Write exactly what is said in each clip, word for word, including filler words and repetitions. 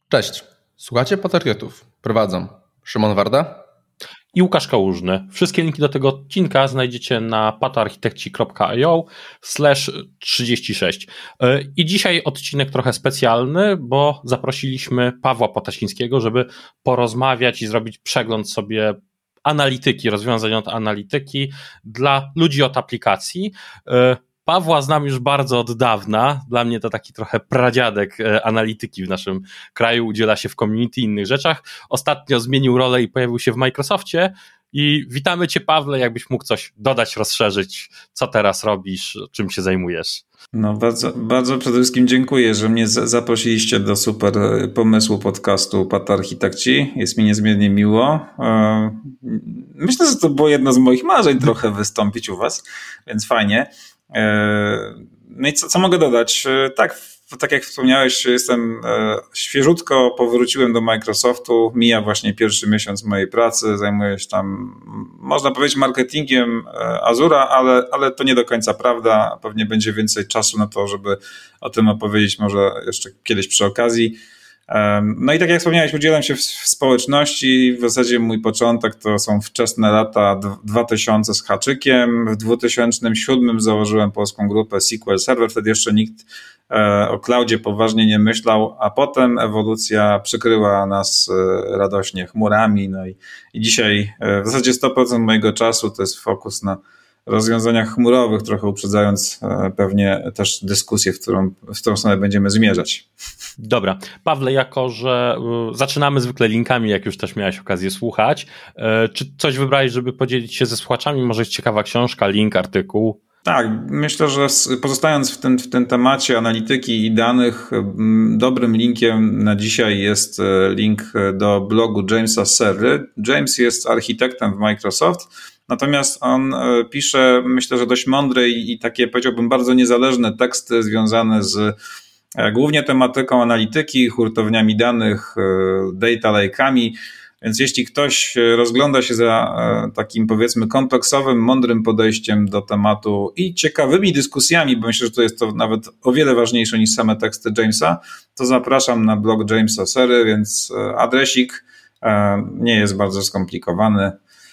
Cześć, słuchacie Patriotów. Prowadzą Szymon Warda i Łukasz Kałużny. Wszystkie linki do tego odcinka znajdziecie na patoarchitekci kropka io slash trzydzieści sześć. I dzisiaj odcinek trochę specjalny, bo zaprosiliśmy Pawła Potasińskiego, żeby porozmawiać i zrobić przegląd sobie analityki, rozwiązań od analityki dla ludzi od aplikacji. Pawła znam już bardzo od dawna, dla mnie to taki trochę pradziadek analityki w naszym kraju, udziela się w community i innych rzeczach. Ostatnio zmienił rolę i pojawił się w Microsoftie i witamy Cię, Pawle, jakbyś mógł coś dodać, rozszerzyć, co teraz robisz, czym się zajmujesz. No bardzo, bardzo przede wszystkim dziękuję, że mnie zaprosiliście do super pomysłu podcastu Patarchitekci. Jest mi niezmiernie miło. Myślę, że to było jedno z moich marzeń trochę wystąpić u Was, więc fajnie. No i co, co mogę dodać? Tak, tak jak wspomniałeś, jestem świeżutko, powróciłem do Microsoftu, mija właśnie pierwszy miesiąc mojej pracy, zajmuję się tam, można powiedzieć, marketingiem Azura, ale, ale to nie do końca prawda, pewnie będzie więcej czasu na to, żeby o tym opowiedzieć może jeszcze kiedyś przy okazji. No i tak jak wspomniałeś, udzielam się w, w społeczności, w zasadzie mój początek to są wczesne lata dwa tysiące z haczykiem, w dwa tysiące siódmym założyłem polską grupę S Q L Server, wtedy jeszcze nikt o cloudzie poważnie nie myślał, a potem ewolucja przykryła nas radośnie chmurami, no i, i dzisiaj w zasadzie sto procent mojego czasu to jest fokus na rozwiązaniach chmurowych, trochę uprzedzając pewnie też dyskusję, w którą, w którą stronę będziemy zmierzać. Dobra. Pawle, jako że zaczynamy zwykle linkami, jak już też miałeś okazję słuchać, czy coś wybrałeś, żeby podzielić się ze słuchaczami? Może jest ciekawa książka, link, artykuł? Tak, myślę, że pozostając w tym, w tym temacie analityki i danych, dobrym linkiem na dzisiaj jest link do blogu Jamesa Serry. James jest architektem w Microsoft, natomiast on pisze, myślę, że dość mądre i takie, powiedziałbym, bardzo niezależne teksty związane z głównie tematyką analityki, hurtowniami danych, data lake'ami. Więc jeśli ktoś rozgląda się za takim, powiedzmy, kompleksowym, mądrym podejściem do tematu i ciekawymi dyskusjami, bo myślę, że to jest to nawet o wiele ważniejsze niż same teksty Jamesa, to zapraszam na blog Jamesa Serry, więc adresik nie jest bardzo skomplikowany.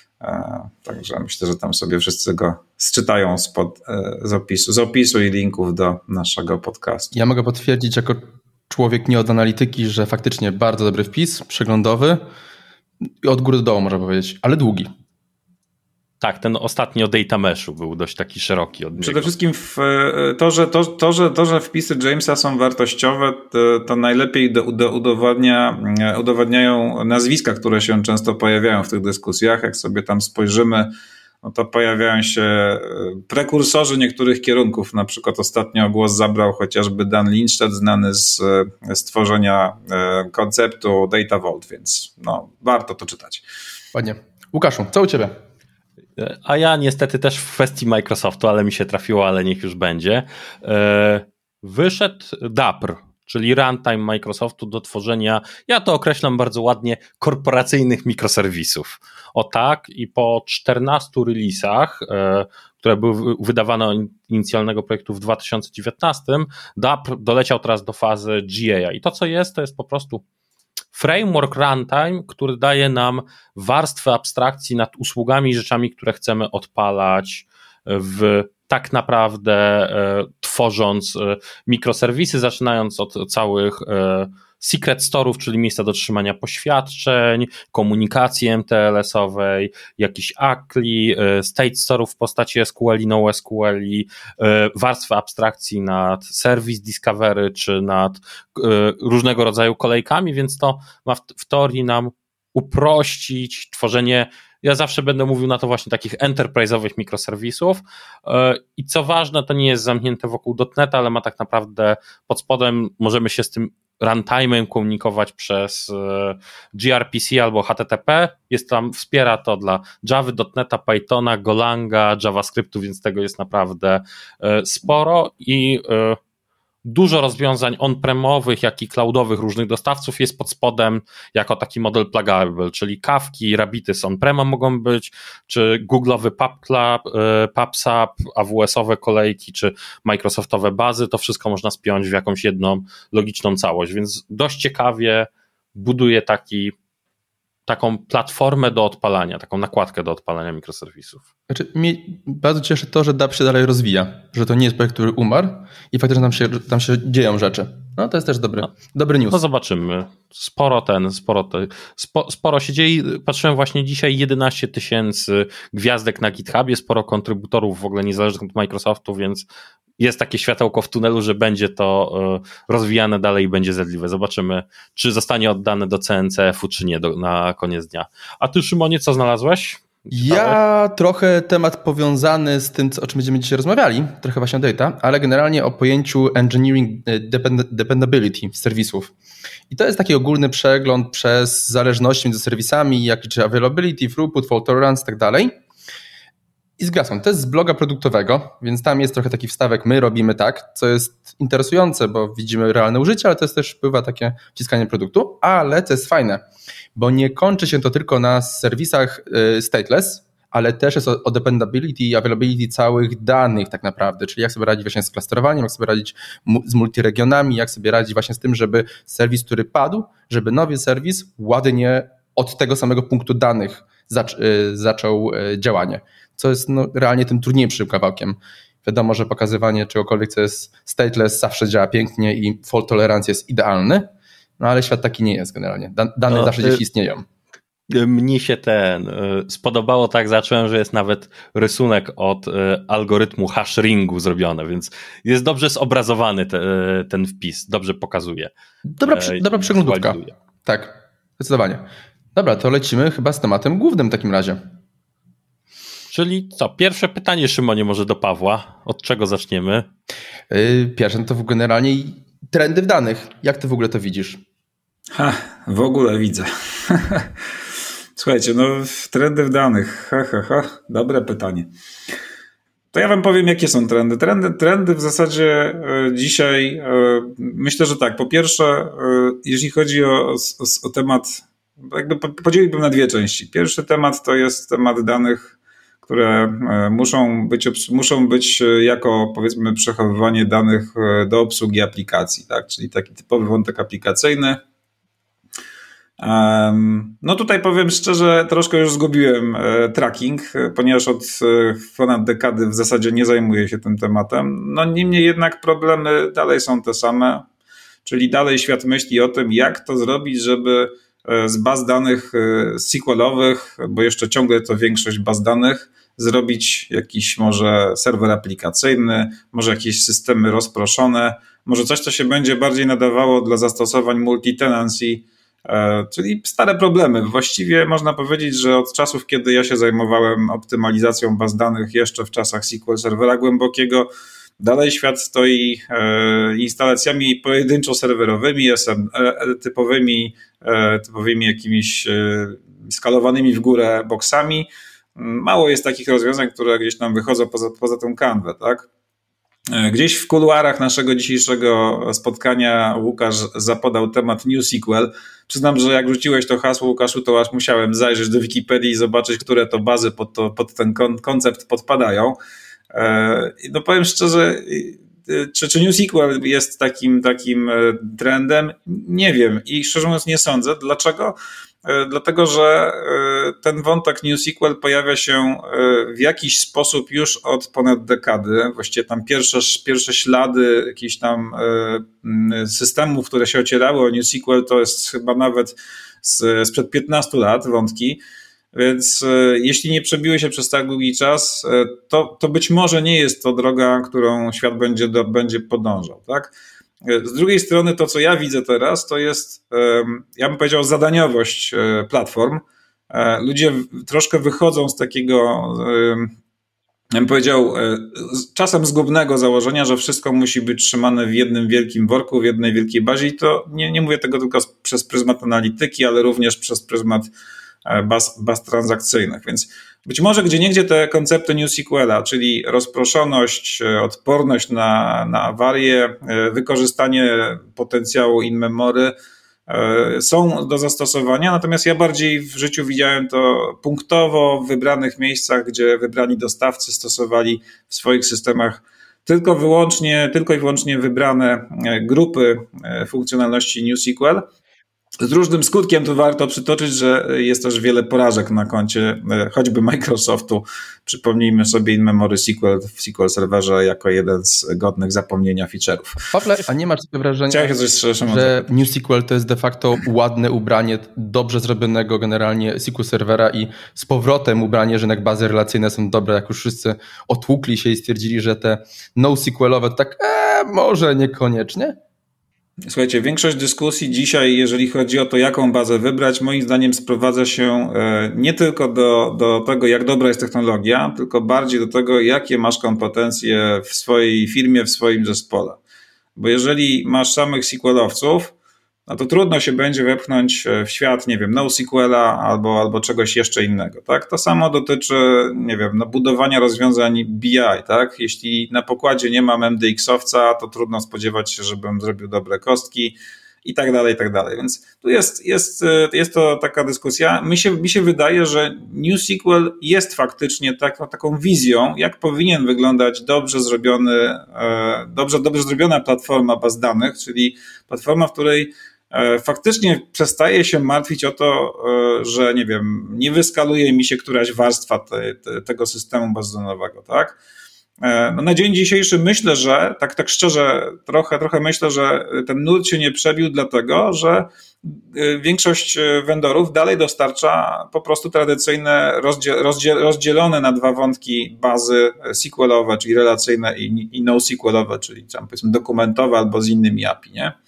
Także myślę, że tam sobie wszyscy go zczytają spod, z, opisu, z opisu i linków do naszego podcastu. Ja mogę potwierdzić jako człowiek nie od analityki, że faktycznie bardzo dobry wpis, przeglądowy, od góry do dołu można powiedzieć, ale długi. Tak, ten ostatni o data meshu był dość taki szeroki od niego. Przede wszystkim w to, że, to, to, że, to, że wpisy Jamesa są wartościowe, to, to najlepiej do, do udowadnia, udowadniają nazwiska, które się często pojawiają w tych dyskusjach. Jak sobie tam spojrzymy, no to pojawiają się prekursorzy niektórych kierunków. Na przykład ostatnio głos zabrał chociażby Dan Lindstedt, znany z stworzenia konceptu Data Vault, więc no, warto to czytać. Ładnie. Łukaszu, co u Ciebie? A ja niestety też w kwestii Microsoftu, ale mi się trafiło, ale niech już będzie. Wyszedł D A P R, czyli Runtime Microsoftu do tworzenia, ja to określam bardzo ładnie, korporacyjnych mikroserwisów. O tak, i po czternastu releasach, które były wydawane od inicjalnego projektu w dwa tysiące dziewiętnastym, D A P R doleciał teraz do fazy G A. I to, co jest, to jest po prostu framework runtime, który daje nam warstwę abstrakcji nad usługami i rzeczami, które chcemy odpalać w tak naprawdę e, tworząc e, mikroserwisy, zaczynając od całych e, secret store'ów, czyli miejsca do trzymania poświadczeń, komunikacji M T L S-owej, jakiś A C L I, e, state store'ów w postaci S Q L i NoSQL, e, warstwy abstrakcji nad service discovery, czy nad e, różnego rodzaju kolejkami, więc to ma w, w teorii nam uprościć tworzenie. Ja zawsze będę mówił na to właśnie takich enterprise'owych mikroserwisów i co ważne, to nie jest zamknięte wokół .NET, ale ma tak naprawdę pod spodem, możemy się z tym runtime'em komunikować przez G R P C albo H T T P, jest tam, wspiera to dla Java, .NETA, Pythona, Golanga, JavaScriptu, więc tego jest naprawdę sporo i dużo rozwiązań on-premowych, jak i cloudowych różnych dostawców jest pod spodem jako taki model pluggable, czyli Kafki, Rabbity z on-prema mogą być, czy Google'owy PubClub, PubSub, A W S-owe kolejki, czy Microsoftowe bazy, to wszystko można spiąć w jakąś jedną logiczną całość, więc dość ciekawie buduje taki, taką platformę do odpalania, taką nakładkę do odpalania mikroserwisów. Znaczy, mnie bardzo cieszy to, że D A P się dalej rozwija, że to nie jest projekt, który umarł i faktycznie tam się, tam się dzieją rzeczy. No to jest też dobry, no. dobry news. No zobaczymy. Sporo ten, sporo, te, spo, sporo się dzieje. Patrzyłem właśnie dzisiaj jedenaście tysięcy gwiazdek na GitHubie, sporo kontrybutorów w ogóle niezależnych od Microsoftu, więc jest takie światełko w tunelu, że będzie to rozwijane dalej i będzie zjadliwe. Zobaczymy, czy zostanie oddane do C N C F u, czy nie do, na koniec dnia. A ty, Szymonie, co znalazłeś? Ja trochę temat powiązany z tym, o czym będziemy dzisiaj rozmawiali, trochę właśnie o data, ale generalnie o pojęciu engineering depend- dependability serwisów. I to jest taki ogólny przegląd przez zależności między serwisami, jak liczy availability, throughput, fault tolerance i tak dalej. I zgadzam, to jest z bloga produktowego, więc tam jest trochę taki wstawek, my robimy tak, co jest interesujące, bo widzimy realne użycie, ale to jest też wpływa takie wciskanie produktu, ale co jest fajne, bo nie kończy się to tylko na serwisach y, stateless, ale też jest o, o dependability i availability całych danych tak naprawdę, czyli jak sobie radzić właśnie z klasterowaniem, jak sobie radzić mu, z multiregionami, jak sobie radzić właśnie z tym, żeby serwis, który padł, żeby nowy serwis ładnie od tego samego punktu danych zac- y, zaczął y, działanie. Co jest no, realnie tym trudniejszym kawałkiem. Wiadomo, że pokazywanie czegokolwiek, co jest stateless, zawsze działa pięknie i fault tolerance jest idealny, no ale świat taki nie jest generalnie. Da- dane no, zawsze y- gdzieś istnieją. Mnie się ten y, spodobało, tak zacząłem, że jest nawet rysunek od y, algorytmu hashringu zrobiony, więc jest dobrze zobrazowany te, y, ten wpis, dobrze pokazuje. Dobra, przy, y, dobra przeglądówka. wizualizuje. Tak, zdecydowanie. Dobra, to lecimy chyba z tematem głównym w takim razie. Czyli co, pierwsze pytanie, Szymonie, może do Pawła. Od czego zaczniemy? Yy, pierwsze to generalnie trendy w danych. Jak ty w ogóle to widzisz? Ha, w ogóle widzę. Słuchajcie, no trendy w danych. Ha, ha, ha. Dobre pytanie. To ja wam powiem, jakie są trendy. Trendy, trendy w zasadzie e, dzisiaj, e, myślę, że tak. Po pierwsze, e, jeśli chodzi o, o, o temat, jakby podzieliłbym na dwie części. Pierwszy temat to jest temat danych, które muszą być, muszą być jako, powiedzmy, przechowywanie danych do obsługi aplikacji, tak? Czyli taki typowy wątek aplikacyjny. No tutaj powiem szczerze, troszkę już zgubiłem tracking, ponieważ od ponad dekady w zasadzie nie zajmuję się tym tematem. No niemniej jednak problemy dalej są te same, czyli dalej świat myśli o tym, jak to zrobić, żeby z baz danych S Q L-owych, bo jeszcze ciągle to większość baz danych, zrobić jakiś może serwer aplikacyjny, może jakieś systemy rozproszone, może coś, co się będzie bardziej nadawało dla zastosowań multi-tenancy, czyli stare problemy. Właściwie można powiedzieć, że od czasów, kiedy ja się zajmowałem optymalizacją baz danych jeszcze w czasach S Q L serwera głębokiego, dalej świat stoi instalacjami pojedynczo serwerowymi, typowymi, typowymi jakimiś skalowanymi w górę boksami. Mało jest takich rozwiązań, które gdzieś tam wychodzą poza, poza tą kanwę, tak? Gdzieś w kuluarach naszego dzisiejszego spotkania Łukasz zapodał temat NewSQL. Przyznam, że jak rzuciłeś to hasło, Łukaszu, to aż musiałem zajrzeć do Wikipedii i zobaczyć, które to bazy pod, to, pod ten koncept podpadają. No powiem szczerze, czy, czy NewSQL jest takim, takim trendem? Nie wiem i szczerze mówiąc nie sądzę. Dlaczego? Dlatego, że ten wątek NewSQL pojawia się w jakiś sposób już od ponad dekady. Właściwie tam pierwsze, pierwsze ślady jakichś tam systemów, które się ocierały o NewSQL, to jest chyba nawet z, sprzed piętnastu lat wątki. Więc jeśli nie przebiły się przez tak długi czas, to, to być może nie jest to droga, którą świat będzie, do, będzie podążał, tak? Z drugiej strony to, co ja widzę teraz, to jest, ja bym powiedział, zadaniowość platform. Ludzie troszkę wychodzą z takiego, ja bym powiedział, czasem zgubnego założenia, że wszystko musi być trzymane w jednym wielkim worku, w jednej wielkiej bazie i to nie, nie mówię tego tylko przez pryzmat analityki, ale również przez pryzmat baz, baz transakcyjnych, więc być może gdzieniegdzie te koncepty NewSQL-a, czyli rozproszoność, odporność na, na awarie, wykorzystanie potencjału in-memory są do zastosowania, natomiast ja bardziej w życiu widziałem to punktowo w wybranych miejscach, gdzie wybrani dostawcy stosowali w swoich systemach tylko wyłącznie, tylko i wyłącznie wybrane grupy funkcjonalności NewSQL. Z różnym skutkiem tu warto przytoczyć, że jest też wiele porażek na koncie choćby Microsoftu. Przypomnijmy sobie in-memory S Q L w S Q L Serverze jako jeden z godnych zapomnienia feature'ów. Pawle, a nie masz takiego wrażenia, coś, że NewSQL to jest de facto ładne ubranie dobrze zrobionego generalnie S Q L Servera i z powrotem ubranie, że jednak bazy relacyjne są dobre, jak już wszyscy otłukli się i stwierdzili, że te NoSQL-owe to tak e, może niekoniecznie? Słuchajcie, większość dyskusji dzisiaj, jeżeli chodzi o to, jaką bazę wybrać, moim zdaniem sprowadza się nie tylko do, do tego, jak dobra jest technologia, tylko bardziej do tego, jakie masz kompetencje w swojej firmie, w swoim zespole. Bo jeżeli masz samych S Q L-owców, no to trudno się będzie wepchnąć w świat, nie wiem, NoSQL-a albo, albo czegoś jeszcze innego, tak? To samo dotyczy, nie wiem, no, budowania rozwiązań B I, tak? Jeśli na pokładzie nie mam M D X-owca, to trudno spodziewać się, żebym zrobił dobre kostki i tak dalej, i tak dalej. Więc tu jest, jest, jest to taka dyskusja. Mi się, mi się wydaje, że NewSQL jest faktycznie taką, taką wizją, jak powinien wyglądać dobrze zrobiony, dobrze, dobrze zrobiona platforma baz danych, czyli platforma, w której faktycznie przestaje się martwić o to, że nie wiem, nie wyskaluje mi się któraś warstwa te, te, tego systemu bazodawowego, tak? No na dzień dzisiejszy myślę, że tak, tak szczerze trochę, trochę myślę, że ten nurt się nie przebił dlatego, że większość vendorów dalej dostarcza po prostu tradycyjne rozdziel, rozdziel, rozdzielone na dwa wątki bazy S Q L-owe, czyli relacyjne i, i NoSQL-owe, czyli tam powiedzmy dokumentowe albo z innymi A P I, nie?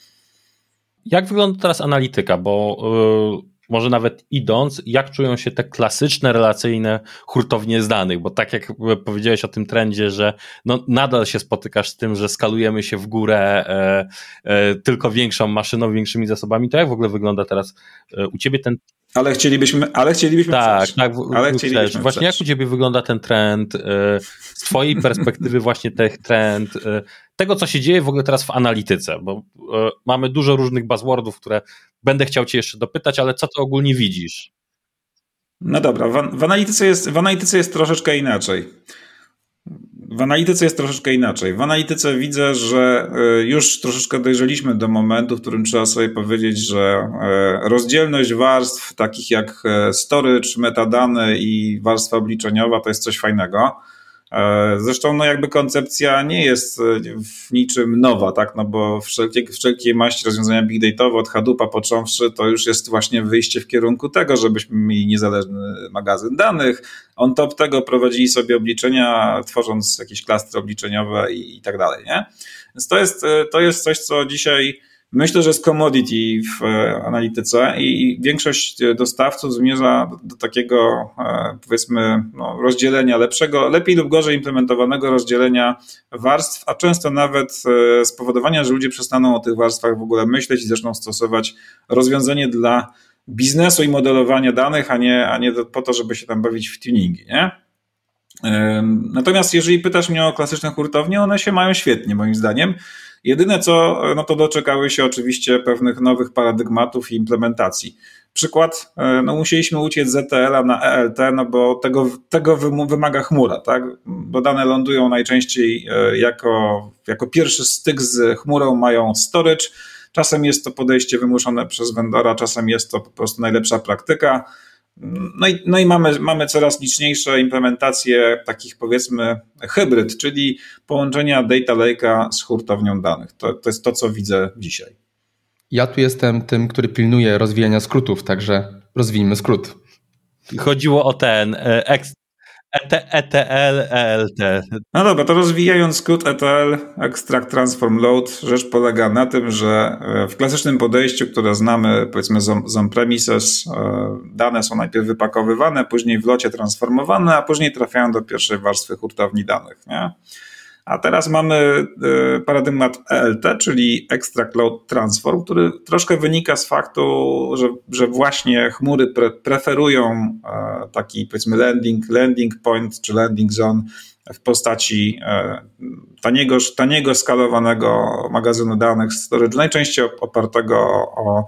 Jak wygląda teraz analityka, bo yy, może nawet idąc, jak czują się te klasyczne, relacyjne hurtownie z danych, bo tak jak powiedziałeś o tym trendzie, że no, nadal się spotykasz z tym, że skalujemy się w górę yy, yy, tylko większą maszyną, większymi zasobami, to jak w ogóle wygląda teraz yy, u ciebie ten... Ale chcielibyśmy, ale chcielibyśmy tak, przejść. tak, ale chcielibyśmy Właśnie przejść. jak u ciebie wygląda ten trend, yy, z twojej perspektywy właśnie ten trend, yy, tego, co się dzieje w ogóle teraz w analityce, bo y, mamy dużo różnych buzzwordów, które będę chciał cię jeszcze dopytać, ale co ty ogólnie widzisz? No dobra, w, w, analityce jest, w analityce jest troszeczkę inaczej. W analityce jest troszeczkę inaczej. W analityce widzę, że y, już troszeczkę dojrzeliśmy do momentu, w którym trzeba sobie powiedzieć, że y, rozdzielność warstw takich jak storage, metadane i warstwa obliczeniowa to jest coś fajnego. Zresztą no jakby koncepcja nie jest w niczym nowa, tak? No bo wszelkie, wszelkie maści rozwiązania big dataowe od Hadoopa począwszy, to już jest właśnie wyjście w kierunku tego, żebyśmy mieli niezależny magazyn danych. On top tego prowadzili sobie obliczenia, tworząc jakieś klastry obliczeniowe i, i tak dalej, nie? Więc to jest, to jest coś, co dzisiaj myślę, że jest commodity w analityce i większość dostawców zmierza do, do takiego, powiedzmy, no, rozdzielenia lepszego, lepiej lub gorzej implementowanego rozdzielenia warstw, a często nawet spowodowania, że ludzie przestaną o tych warstwach w ogóle myśleć i zaczną stosować rozwiązanie dla biznesu i modelowania danych, a nie, a nie po to, żeby się tam bawić w tuningi, nie? Natomiast jeżeli pytasz mnie o klasyczne hurtownie, one się mają świetnie moim zdaniem. Jedyne co, no to doczekały się oczywiście pewnych nowych paradygmatów i implementacji. Przykład, no musieliśmy uciec z E T L-a na E L T, no bo tego, tego wymaga chmura, tak? Bo dane lądują najczęściej jako, jako pierwszy styk z chmurą mają storage. Czasem jest to podejście wymuszone przez vendora, czasem jest to po prostu najlepsza praktyka. No i, no i mamy, mamy coraz liczniejsze implementacje takich powiedzmy hybryd, czyli połączenia data lake'a z hurtownią danych. To, to jest to, co widzę dzisiaj. Ja tu jestem tym, który pilnuje rozwijania skrótów, także rozwijmy skrót. Chodziło o ten X. E T L, E L T. No dobra, to rozwijając skrót E T L, Extract Transform Load, rzecz polega na tym, że w klasycznym podejściu, które znamy powiedzmy z on-premises, dane są najpierw wypakowywane, później w locie transformowane, a później trafiają do pierwszej warstwy hurtowni danych, nie? A teraz mamy paradygmat E L T, czyli Extract Load Transform, który troszkę wynika z faktu, że, że właśnie chmury pre, preferują taki powiedzmy landing, landing point czy landing zone w postaci taniego, taniego skalowanego magazynu danych storage, najczęściej opartego o,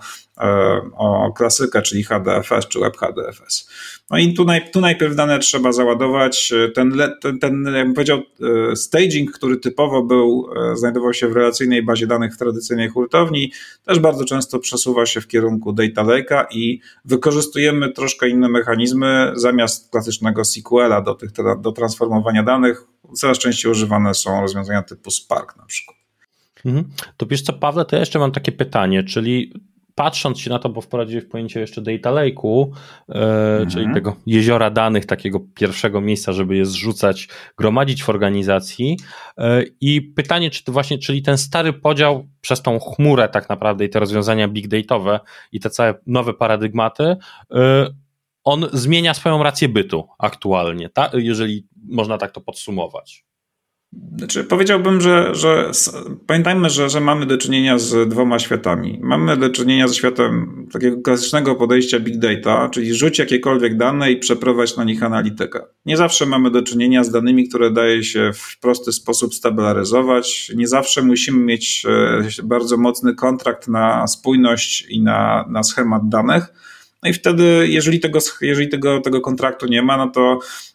o klasykę, czyli H D F S czy Web H D F S. No i tu, naj, tu najpierw dane trzeba załadować. Ten, ten, ten, jakbym powiedział, staging, który typowo był, znajdował się w relacyjnej bazie danych w tradycyjnej hurtowni, też bardzo często przesuwa się w kierunku data lake'a i wykorzystujemy troszkę inne mechanizmy. Zamiast klasycznego S Q L-a do, tych, do transformowania danych, coraz częściej używane są rozwiązania typu Spark na przykład. Mhm. To wiesz co, Pawle, to ja jeszcze mam takie pytanie, czyli patrząc się na to, bo wprowadziłeś pojęcie jeszcze data lake'u, e, mhm. czyli tego jeziora danych, takiego pierwszego miejsca, żeby je zrzucać, gromadzić w organizacji e, i pytanie, czy to właśnie, czyli ten stary podział przez tą chmurę tak naprawdę i te rozwiązania big dataowe i te całe nowe paradygmaty, e, on zmienia swoją rację bytu aktualnie, ta, jeżeli można tak to podsumować. Znaczy, powiedziałbym, że, że pamiętajmy, że, że mamy do czynienia z dwoma światami. Mamy do czynienia ze światem takiego klasycznego podejścia big data, czyli rzuć jakiekolwiek dane i przeprowadź na nich analitykę. Nie zawsze mamy do czynienia z danymi, które daje się w prosty sposób stabilizować. Nie zawsze musimy mieć bardzo mocny kontrakt na spójność i na, na schemat danych. No i wtedy, jeżeli tego, jeżeli tego, tego kontraktu nie ma, no to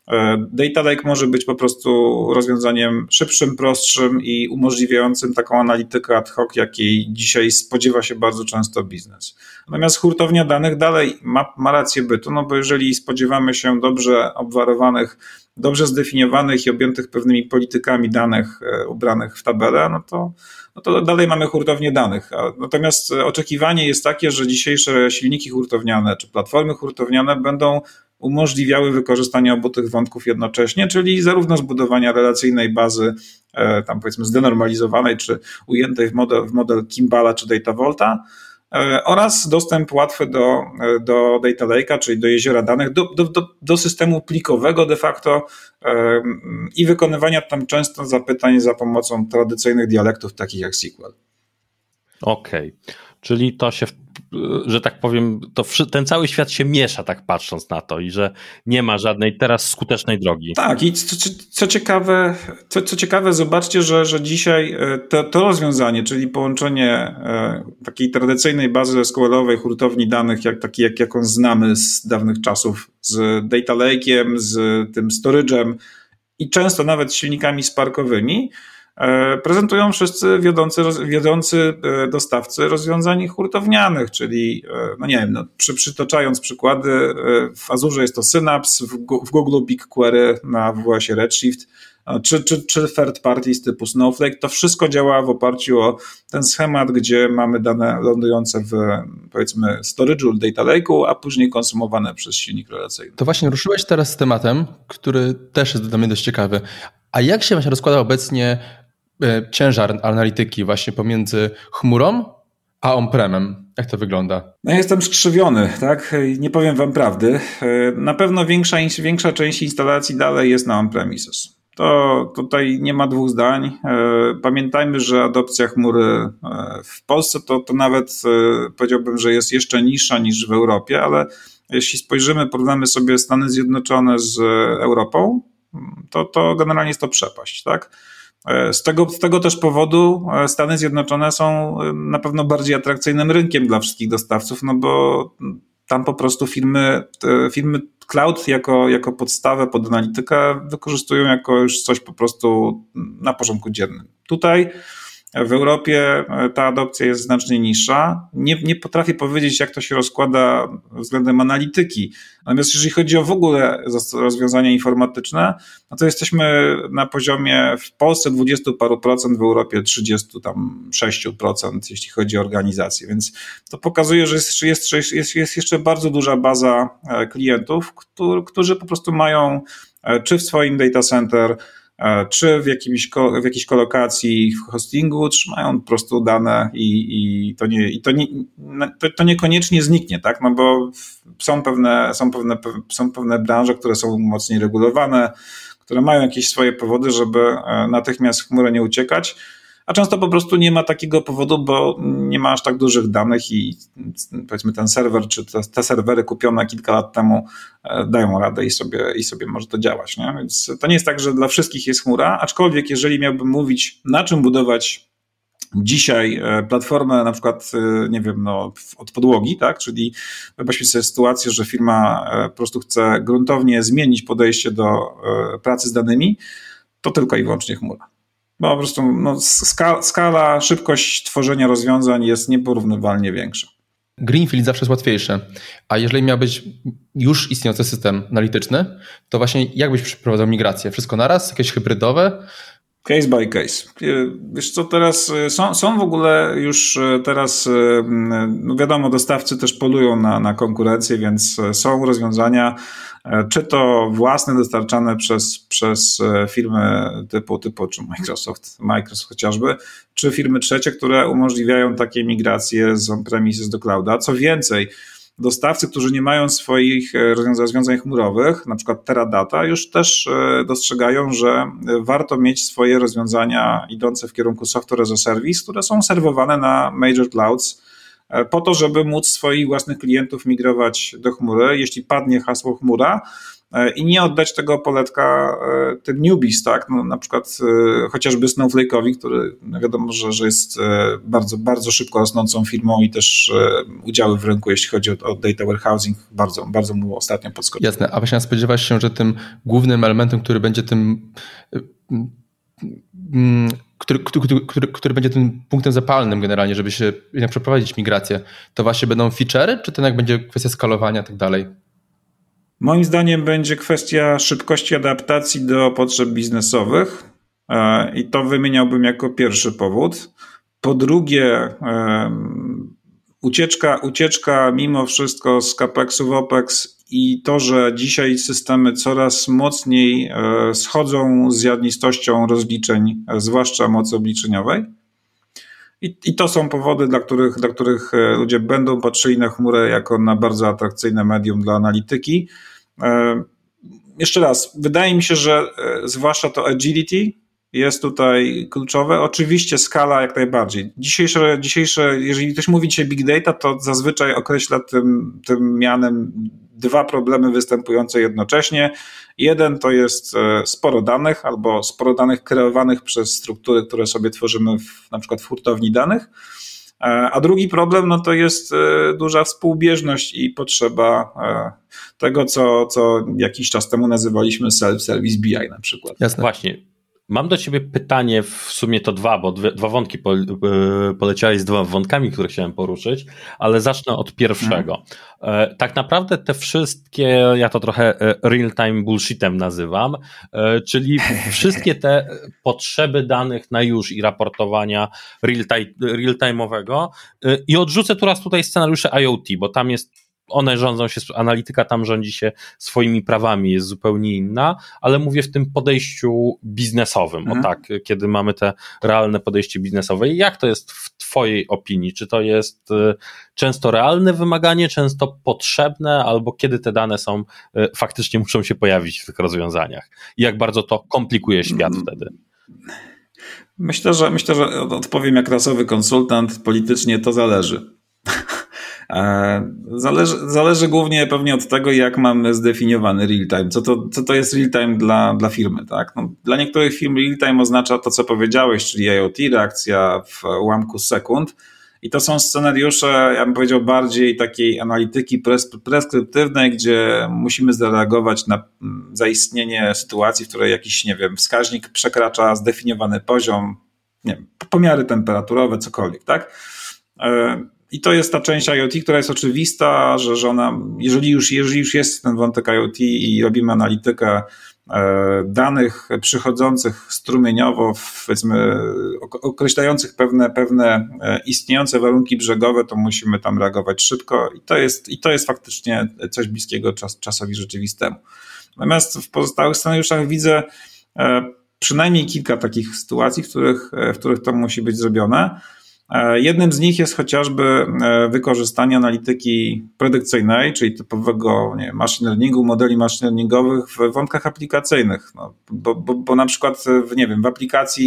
data lake może być po prostu rozwiązaniem szybszym, prostszym i umożliwiającym taką analitykę ad hoc, jakiej dzisiaj spodziewa się bardzo często biznes. Natomiast hurtownia danych dalej ma, ma rację bytu, no bo jeżeli spodziewamy się dobrze obwarowanych, dobrze zdefiniowanych i objętych pewnymi politykami danych ubranych w tabelę, no to no to dalej mamy hurtownię danych. Natomiast oczekiwanie jest takie, że dzisiejsze silniki hurtowniane czy platformy hurtowniane będą umożliwiały wykorzystanie obu tych wątków jednocześnie, czyli zarówno zbudowania relacyjnej bazy, tam powiedzmy zdenormalizowanej czy ujętej w model, w model Kimballa czy Data Vaulta, oraz dostęp łatwy do, do data lake'a, czyli do jeziora danych, do, do, do systemu plikowego de facto i wykonywania tam często zapytań za pomocą tradycyjnych dialektów takich jak S Q L. Okej, okay. Czyli to się, że tak powiem, to ten cały świat się miesza tak patrząc na to i że nie ma żadnej teraz skutecznej drogi. Tak i co, co ciekawe, co, co ciekawe zobaczcie, że, że dzisiaj to, to rozwiązanie, czyli połączenie takiej tradycyjnej bazy S Q L-owej, hurtowni danych, jak, taki, jak, jaką znamy z dawnych czasów, z data lake'iem, z tym storage'em i często nawet z silnikami sparkowymi, prezentują wszyscy wiodący, wiodący dostawcy rozwiązań hurtownianych, czyli, no nie wiem, no, przy, przytoczając przykłady, w Azure jest to Synapse, w, w Google BigQuery, na W W S-ie Redshift, czy, czy, czy third parties typu Snowflake, to wszystko działa w oparciu o ten schemat, gdzie mamy dane lądujące w, powiedzmy, storage'u, data lake'u, a później konsumowane przez silnik relacyjny. To właśnie ruszyłeś teraz z tematem, który też jest dla mnie dość ciekawy. A jak się właśnie rozkłada obecnie ciężar analityki właśnie pomiędzy chmurą a on-premem? Jak to wygląda? No ja jestem skrzywiony, tak? Nie powiem wam prawdy. Na pewno większa, większa część instalacji dalej jest na on-premises. To tutaj nie ma dwóch zdań. Pamiętajmy, że adopcja chmury w Polsce to, to nawet powiedziałbym, że jest jeszcze niższa niż w Europie, ale jeśli spojrzymy, porównamy sobie Stany Zjednoczone z Europą, to, to generalnie jest to przepaść, tak? Z tego, z tego też powodu Stany Zjednoczone są na pewno bardziej atrakcyjnym rynkiem dla wszystkich dostawców, no bo tam po prostu firmy, firmy cloud jako, jako podstawę pod analitykę wykorzystują jako już coś po prostu na porządku dziennym. Tutaj w Europie ta adopcja jest znacznie niższa. Nie, nie potrafię powiedzieć, jak to się rozkłada względem analityki. Natomiast jeżeli chodzi o w ogóle rozwiązania informatyczne, no to jesteśmy na poziomie w Polsce dwudziestu paru procent, w Europie trzydziestu tam sześciu procent, jeśli chodzi o organizację. Więc to pokazuje, że jest, jest, jest, jest jeszcze bardzo duża baza klientów, którzy po prostu mają czy w swoim data center, czy w, jakimś, w jakiejś kolokacji, w hostingu trzymają po prostu dane i, i, to, nie, i to, nie, to, to niekoniecznie zniknie, tak? No bo są pewne, są, pewne, są pewne branże, które są mocniej regulowane, które mają jakieś swoje powody, żeby natychmiast w chmurę nie uciekać. a często po prostu nie ma takiego powodu, bo nie ma aż tak dużych danych i powiedzmy ten serwer, czy te, te serwery kupione kilka lat temu dają radę i sobie, i sobie może to działać. Nie? Więc to nie jest tak, że dla wszystkich jest chmura, aczkolwiek jeżeli miałbym mówić, na czym budować dzisiaj platformę na przykład, nie wiem, no, od podłogi, tak? Czyli wyobraźmy sobie sytuację, że firma po prostu chce gruntownie zmienić podejście do pracy z danymi, to tylko i wyłącznie chmura. Bo po prostu no, skala, skala, szybkość tworzenia rozwiązań jest nieporównywalnie większa. Greenfield zawsze jest łatwiejsze, a jeżeli miał być już istniejący system analityczny, to właśnie jak byś przeprowadzał migrację? Wszystko naraz? Jakieś hybrydowe? Case by case. Wiesz co, teraz są, są w ogóle już teraz, no wiadomo, dostawcy też polują na, na konkurencję, więc są rozwiązania, czy to własne dostarczane przez, przez firmy typu, typu czy Microsoft, Microsoft chociażby, czy firmy trzecie, które umożliwiają takie migracje z on-premises do clouda. Co więcej, dostawcy, którzy nie mają swoich rozwiązań chmurowych, na przykład Teradata, już też dostrzegają, że warto mieć swoje rozwiązania idące w kierunku software as a service, które są serwowane na major clouds, po to, żeby móc swoich własnych klientów migrować do chmury, jeśli padnie hasło chmura, i nie oddać tego poletka tym newbies, tak? No, na przykład chociażby Snowflake'owi, który wiadomo, że, że jest bardzo, bardzo szybko rosnącą firmą i też udziały w rynku, jeśli chodzi o, o data warehousing, bardzo, bardzo mu ostatnio podskoczył. Jasne, a właśnie spodziewasz się, że tym głównym elementem, który będzie tym Który, który, który, który będzie tym punktem zapalnym generalnie, żeby się jednak przeprowadzić migrację, to właśnie będą feature'y, czy to jednak będzie kwestia skalowania i tak dalej? Moim zdaniem będzie kwestia szybkości adaptacji do potrzeb biznesowych i to wymieniałbym jako pierwszy powód. Po drugie, ucieczka, ucieczka mimo wszystko z capexu w opex i to, że dzisiaj systemy coraz mocniej schodzą z ziarnistością rozliczeń, zwłaszcza mocy obliczeniowej. I, I to są powody, dla których, dla których ludzie będą patrzyli na chmurę jako na bardzo atrakcyjne medium dla analityki. Jeszcze raz, wydaje mi się, że zwłaszcza to agility jest tutaj kluczowe. Oczywiście skala jak najbardziej. Dzisiejsze, dzisiejsze jeżeli ktoś mówi dzisiaj big data, to zazwyczaj określa tym, tym mianem dwa problemy występujące jednocześnie. Jeden to jest sporo danych albo sporo danych kreowanych przez struktury, które sobie tworzymy w, na przykład w hurtowni danych. A drugi problem no to jest duża współbieżność i potrzeba tego, co, co jakiś czas temu nazywaliśmy self-service B I na przykład. Jasne. Właśnie. Mam do ciebie pytanie, w sumie to dwa, bo dwie, dwa wątki po, poleciałeś z dwoma wątkami, które chciałem poruszyć, ale zacznę od pierwszego. Mhm. Tak naprawdę te wszystkie, ja to trochę real-time bullshitem nazywam, czyli wszystkie te potrzeby danych na już i raportowania real-time'owego i odrzucę tu raz tutaj scenariusze IoT, bo tam jest one rządzą się, analityka tam rządzi się swoimi prawami, jest zupełnie inna, ale mówię w tym podejściu biznesowym, mhm. o tak, kiedy mamy te realne podejście biznesowe. I jak to jest w twojej opinii? Czy to jest często realne wymaganie, często potrzebne, albo kiedy te dane są, faktycznie muszą się pojawić w tych rozwiązaniach? I jak bardzo to komplikuje świat mhm. wtedy? Myślę, że myślę, że odpowiem jak rasowy konsultant, politycznie to zależy. Zależy, zależy głównie pewnie od tego, jak mamy zdefiniowany real-time. Co to, co to jest real-time dla, dla firmy, tak? No, dla niektórych firm real-time oznacza to, co powiedziałeś, czyli IoT, reakcja w ułamku sekund. I to są scenariusze, ja bym powiedział, bardziej takiej analityki pres- preskryptywnej, gdzie musimy zareagować na zaistnienie sytuacji, w której jakiś, nie wiem, wskaźnik przekracza zdefiniowany poziom, nie wiem, pomiary temperaturowe, cokolwiek, tak? I to jest ta część IoT, która jest oczywista, że, że ona, jeżeli już, jeżeli już jest ten wątek IoT i robimy analitykę danych przychodzących strumieniowo, powiedzmy, określających pewne, pewne istniejące warunki brzegowe, to musimy tam reagować szybko i to jest, i to jest faktycznie coś bliskiego czas, czasowi rzeczywistemu. Natomiast w pozostałych scenariuszach widzę przynajmniej kilka takich sytuacji, w których, w których to musi być zrobione. Jednym z nich jest chociażby wykorzystanie analityki predykcyjnej, czyli typowego nie wiem, machine learningu, modeli machine learningowych w wątkach aplikacyjnych. No, bo, bo, bo na przykład w, nie wiem, w aplikacji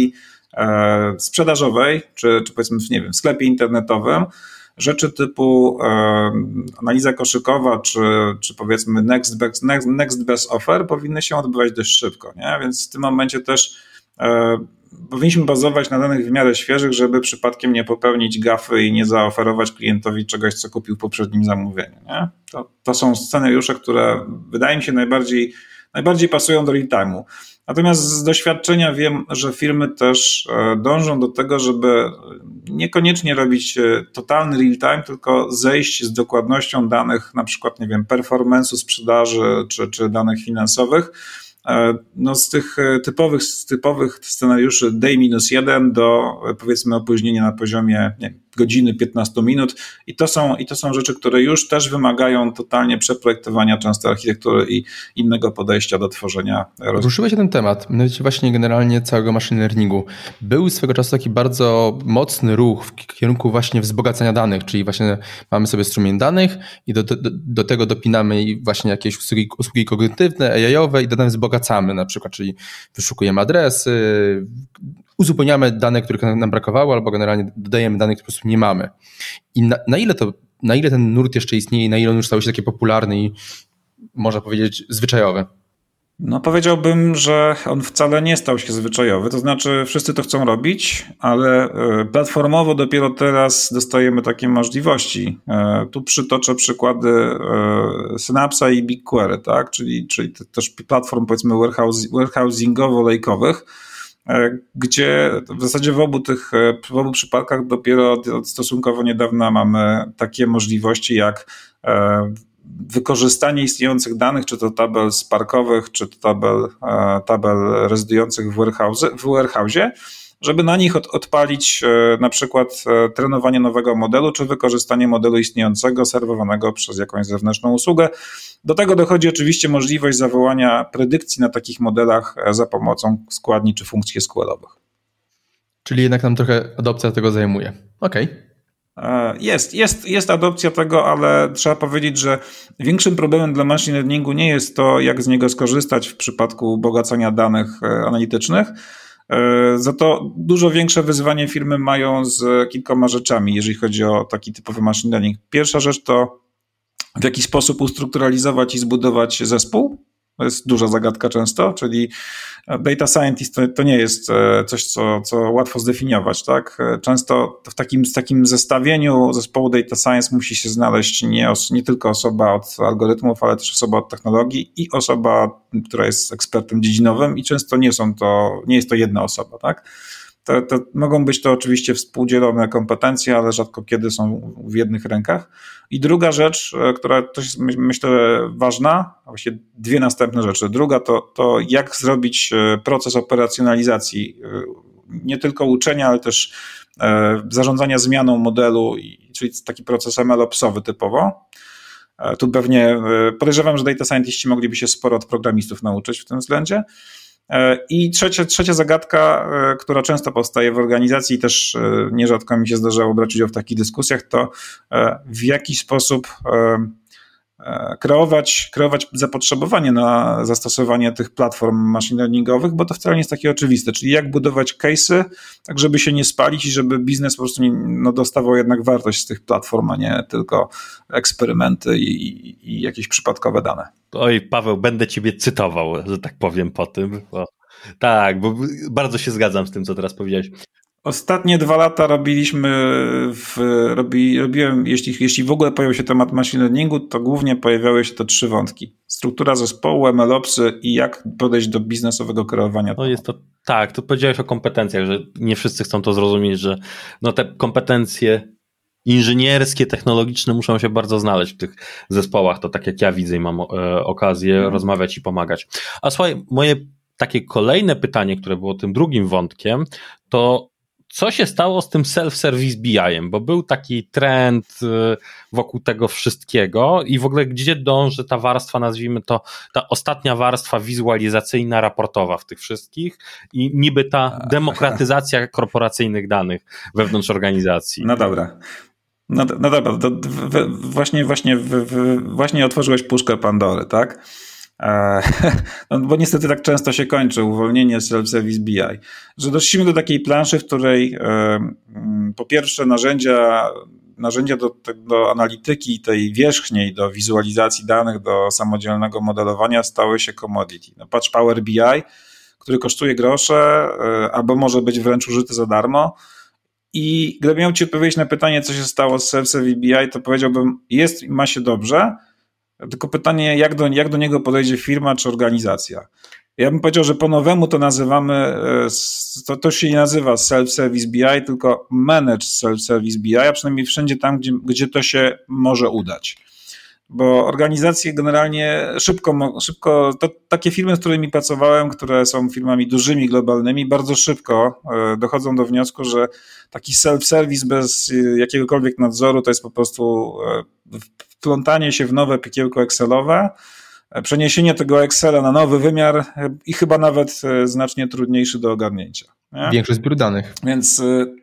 e, sprzedażowej, czy, czy powiedzmy, nie wiem, w sklepie internetowym, rzeczy typu e, analiza koszykowa, czy, czy powiedzmy next best, next, next best offer powinny się odbywać dość szybko, nie? Więc w tym momencie też e, powinniśmy bazować na danych w miarę świeżych, żeby przypadkiem nie popełnić gafy i nie zaoferować klientowi czegoś, co kupił w poprzednim zamówieniu, nie? To, to są scenariusze, które wydaje mi się najbardziej, najbardziej pasują do real-time'u. Natomiast z doświadczenia wiem, że firmy też dążą do tego, żeby niekoniecznie robić totalny real-time, tylko zejść z dokładnością danych, na przykład, nie wiem, performance'u sprzedaży czy, czy danych finansowych, no z tych typowych, z typowych scenariuszy day minus jeden do powiedzmy opóźnienia na poziomie nie wiem, godziny, piętnaście minut i to są, i to są rzeczy, które już też wymagają totalnie przeprojektowania często architektury i innego podejścia do tworzenia. Ruszyłeś ten temat, mianowicie właśnie generalnie całego machine learningu. Był swego czasu taki bardzo mocny ruch w kierunku właśnie wzbogacania danych, czyli właśnie mamy sobie strumień danych i do, do, do tego dopinamy właśnie jakieś usługi, usługi kognitywne, A I-owe i dane wzbogacamy na przykład, czyli wyszukujemy adresy, uzupełniamy dane, których nam brakowało, albo generalnie dodajemy dane, które po prostu nie mamy. I na, na ile to, na ile ten nurt jeszcze istnieje i na ile on już stał się taki popularny i można powiedzieć zwyczajowy? No powiedziałbym, że on wcale nie stał się zwyczajowy, to znaczy wszyscy to chcą robić, ale platformowo dopiero teraz dostajemy takie możliwości. Tu przytoczę przykłady Synapse'a i BigQuery, tak? czyli, czyli też platform powiedzmy warehousingowo-lejkowych, gdzie w zasadzie w obu tych w obu przypadkach dopiero od stosunkowo niedawna mamy takie możliwości jak wykorzystanie istniejących danych, czy to tabel sparkowych, czy to tabel, tabel rezydujących w warehouse, w warehouse'ie, żeby na nich od, odpalić na przykład trenowanie nowego modelu, czy wykorzystanie modelu istniejącego, serwowanego przez jakąś zewnętrzną usługę. Do tego dochodzi oczywiście możliwość zawołania predykcji na takich modelach za pomocą składni czy funkcji S Q L-owych. Czyli jednak nam trochę adopcja tego zajmuje. Okej. Okay. Jest, jest, jest adopcja tego, ale trzeba powiedzieć, że większym problemem dla machine learningu nie jest to, jak z niego skorzystać w przypadku bogacenia danych analitycznych. Za to dużo większe wyzwanie firmy mają z kilkoma rzeczami, jeżeli chodzi o taki typowy machine learning. Pierwsza rzecz to w jaki sposób ustrukturalizować i zbudować zespół. To jest duża zagadka często, czyli data scientist to, to nie jest coś, co, co łatwo zdefiniować, tak? Często w takim, w takim zestawieniu zespołu data science musi się znaleźć nie, os, nie tylko osoba od algorytmów, ale też osoba od technologii i osoba, która jest ekspertem dziedzinowym i często nie są to, nie jest to jedna osoba, tak? To, to mogą być to oczywiście współdzielone kompetencje, ale rzadko kiedy są w jednych rękach. I druga rzecz, która też jest myślę ważna, a właściwie dwie następne rzeczy. Druga to, to jak zrobić proces operacjonalizacji, nie tylko uczenia, ale też zarządzania zmianą modelu, czyli taki proces M L Opsowy typowo. Tu pewnie podejrzewam, że data scientiści mogliby się sporo od programistów nauczyć w tym względzie. I trzecia, trzecia zagadka, która często powstaje w organizacji i też nierzadko mi się zdarzało brać udział w takich dyskusjach, to w jaki sposób kreować, kreować zapotrzebowanie na zastosowanie tych platform machine learningowych, bo to wcale nie jest takie oczywiste, czyli jak budować case'y, tak żeby się nie spalić i żeby biznes po prostu nie, no, dostawał jednak wartość z tych platform, a nie tylko eksperymenty i, i jakieś przypadkowe dane. Oj, Paweł, będę ciebie cytował, że tak powiem po tym. Bo... Tak, bo bardzo się zgadzam z tym, co teraz powiedziałeś. Ostatnie dwa lata robiliśmy, w, robi, robiłem, jeśli, jeśli w ogóle pojawił się temat machine learningu, to głównie pojawiały się te trzy wątki. Struktura zespołu, M L Opsy i jak podejść do biznesowego kreowania. No jest to, tak, tu powiedziałeś o kompetencjach, że nie wszyscy chcą to zrozumieć, że no te kompetencje inżynierskie, technologiczne muszą się bardzo znaleźć w tych zespołach. To tak jak ja widzę i mam e, okazję hmm. rozmawiać i pomagać. A słuchaj, moje takie kolejne pytanie, które było tym drugim wątkiem, to co się stało z tym self-service B I-em? Bo był taki trend wokół tego wszystkiego i w ogóle gdzie dąży ta warstwa, nazwijmy to, ta ostatnia warstwa wizualizacyjna, raportowa w tych wszystkich i niby ta demokratyzacja korporacyjnych danych wewnątrz organizacji. No dobra. No, no dobra, to w, w, właśnie, właśnie, w, w, właśnie otworzyłeś puszkę Pandory, tak? no, bo niestety tak często się kończy uwolnienie self-service B I, że doszliśmy do takiej planszy, w której po pierwsze narzędzia, narzędzia do, do analityki tej wierzchniej, do wizualizacji danych, do samodzielnego modelowania stały się commodity. No, patrz Power B I, który kosztuje grosze, albo może być wręcz użyty za darmo. I gdybym miał ci odpowiedzieć na pytanie, co się stało z self-service B I, to powiedziałbym, jest i ma się dobrze, tylko pytanie, jak do, jak do niego podejdzie firma czy organizacja. Ja bym powiedział, że po nowemu to nazywamy, to, to się nie nazywa self-service B I, tylko managed self-service B I, a przynajmniej wszędzie tam, gdzie, gdzie to się może udać. Bo organizacje generalnie szybko, szybko to takie firmy, z którymi pracowałem, które są firmami dużymi, globalnymi, bardzo szybko dochodzą do wniosku, że taki self-service bez jakiegokolwiek nadzoru to jest po prostu wplątanie się w nowe piekiełko Excelowe, przeniesienie tego Excela na nowy wymiar i chyba nawet znacznie trudniejszy do ogarnięcia. Nie? Większy zbiór danych. Więc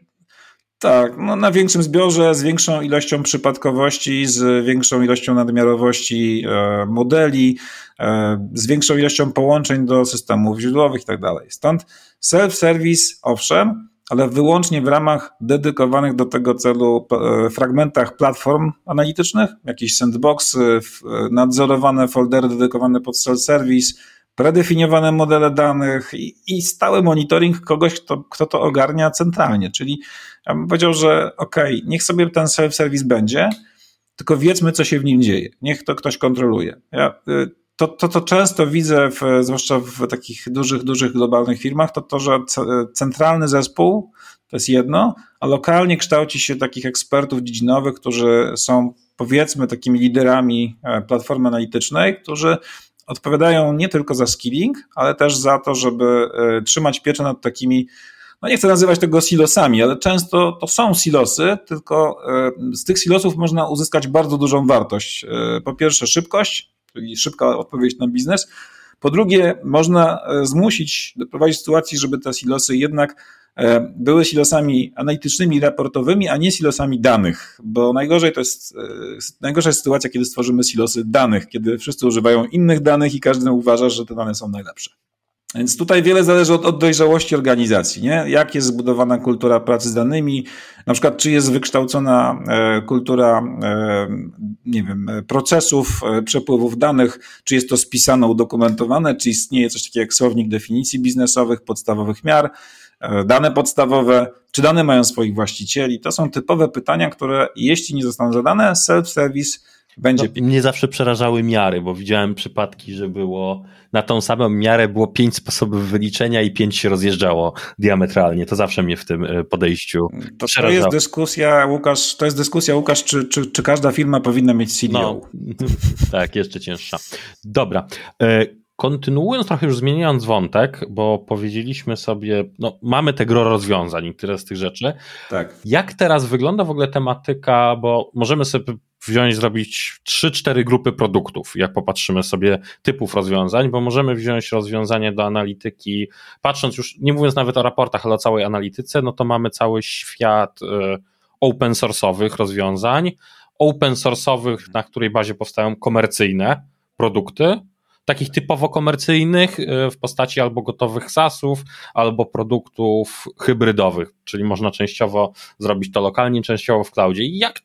tak, no na większym zbiorze, z większą ilością przypadkowości, z większą ilością nadmiarowości e, modeli, e, z większą ilością połączeń do systemów źródłowych i tak dalej. Stąd self-service, owszem, ale wyłącznie w ramach dedykowanych do tego celu e, fragmentach platform analitycznych, jakieś sandboxy, nadzorowane foldery dedykowane pod self-service, predefiniowane modele danych i, i stały monitoring kogoś, kto, kto to ogarnia centralnie. Czyli ja bym powiedział, że okej, okay, niech sobie ten self-service będzie, tylko wiedzmy, co się w nim dzieje. Niech to ktoś kontroluje. Ja, to, to, to często widzę, w, zwłaszcza w takich dużych, dużych globalnych firmach, to to, że centralny zespół to jest jedno, a lokalnie kształci się takich ekspertów dziedzinowych, którzy są, powiedzmy, takimi liderami platformy analitycznej, którzy odpowiadają nie tylko za skilling, ale też za to, żeby trzymać pieczę nad takimi, no nie chcę nazywać tego silosami, ale często to są silosy, tylko z tych silosów można uzyskać bardzo dużą wartość. Po pierwsze szybkość, czyli szybka odpowiedź na biznes. Po drugie, można zmusić, doprowadzić do sytuacji, żeby te silosy jednak były silosami analitycznymi, raportowymi, a nie silosami danych, bo najgorzej to jest, najgorsza jest sytuacja, kiedy stworzymy silosy danych, kiedy wszyscy używają innych danych i każdy uważa, że te dane są najlepsze. Więc tutaj wiele zależy od, od dojrzałości organizacji, nie? Jak jest zbudowana kultura pracy z danymi, na przykład czy jest wykształcona e, kultura e, nie wiem, procesów, e, przepływów danych, czy jest to spisane, udokumentowane, czy istnieje coś takiego jak słownik definicji biznesowych, podstawowych miar, e, dane podstawowe, czy dane mają swoich właścicieli. To są typowe pytania, które jeśli nie zostaną zadane, self-service będzie. No, mnie zawsze przerażały miary, bo widziałem przypadki, że było na tą samą miarę było pięć sposobów wyliczenia i pięć się rozjeżdżało diametralnie. To zawsze mnie w tym podejściu to, przerażało. To jest dyskusja, Łukasz, to jest dyskusja, Łukasz, czy, czy, czy każda firma powinna mieć C D O? No, tak, jeszcze cięższa. Dobra. Kontynuując, trochę już zmieniając wątek, bo powiedzieliśmy sobie, no mamy te gro rozwiązań, niektóre z tych rzeczy. Tak. Jak teraz wygląda w ogóle tematyka, bo możemy sobie wziąć, zrobić trzy cztery grupy produktów, jak popatrzymy sobie typów rozwiązań, bo możemy wziąć rozwiązanie do analityki, patrząc już, nie mówiąc nawet o raportach, ale o całej analityce, no to mamy cały świat y, open source'owych rozwiązań, open source'owych, na której bazie powstają komercyjne produkty, takich typowo komercyjnych w postaci albo gotowych SaaSów, albo produktów hybrydowych, czyli można częściowo zrobić to lokalnie, częściowo w cloudzie. I jak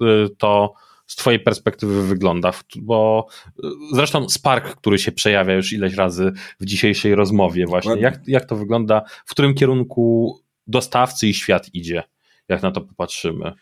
to z twojej perspektywy wygląda? Bo zresztą Spark, który się przejawia już ileś razy w dzisiejszej rozmowie właśnie, jak, jak to wygląda, w którym kierunku dostawcy i świat idzie, jak na to popatrzymy?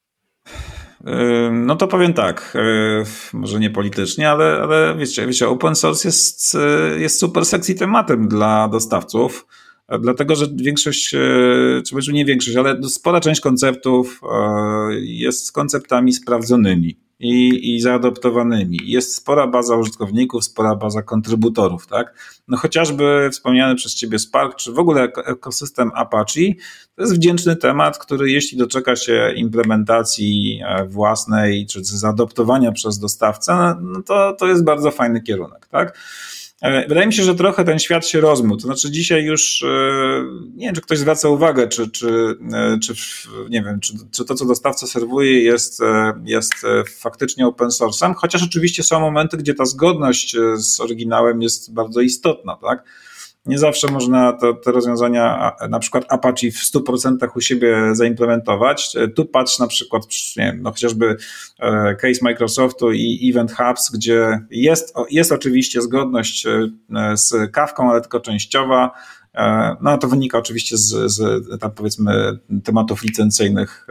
No to powiem tak, może nie politycznie, ale, ale wiecie, wiecie, open source jest, jest super sexy tematem dla dostawców, dlatego że większość, czy może nie większość, ale spora część konceptów jest konceptami sprawdzonymi i, i zaadoptowanymi. Jest spora baza użytkowników, spora baza kontrybutorów, tak? No chociażby wspomniany przez ciebie Spark, czy w ogóle ekosystem Apache, to jest wdzięczny temat, który jeśli doczeka się implementacji własnej, czy zaadoptowania przez dostawcę, no to, to jest bardzo fajny kierunek, tak? Wydaje mi się, że trochę ten świat się rozmył. To znaczy dzisiaj już nie wiem, czy ktoś zwraca uwagę, czy, czy, czy nie wiem, czy, czy to, co dostawca serwuje jest, jest faktycznie open source'em, chociaż oczywiście są momenty, gdzie ta zgodność z oryginałem jest bardzo istotna, tak? Nie zawsze można to, te rozwiązania, na przykład Apache w stu procentach u siebie zaimplementować. Tu patrz na przykład, nie wiem, no chociażby case Microsoftu i Event Hubs, gdzie jest, jest oczywiście zgodność z Kafką, ale tylko częściowa. No a to wynika oczywiście z, z tam powiedzmy tematów licencyjnych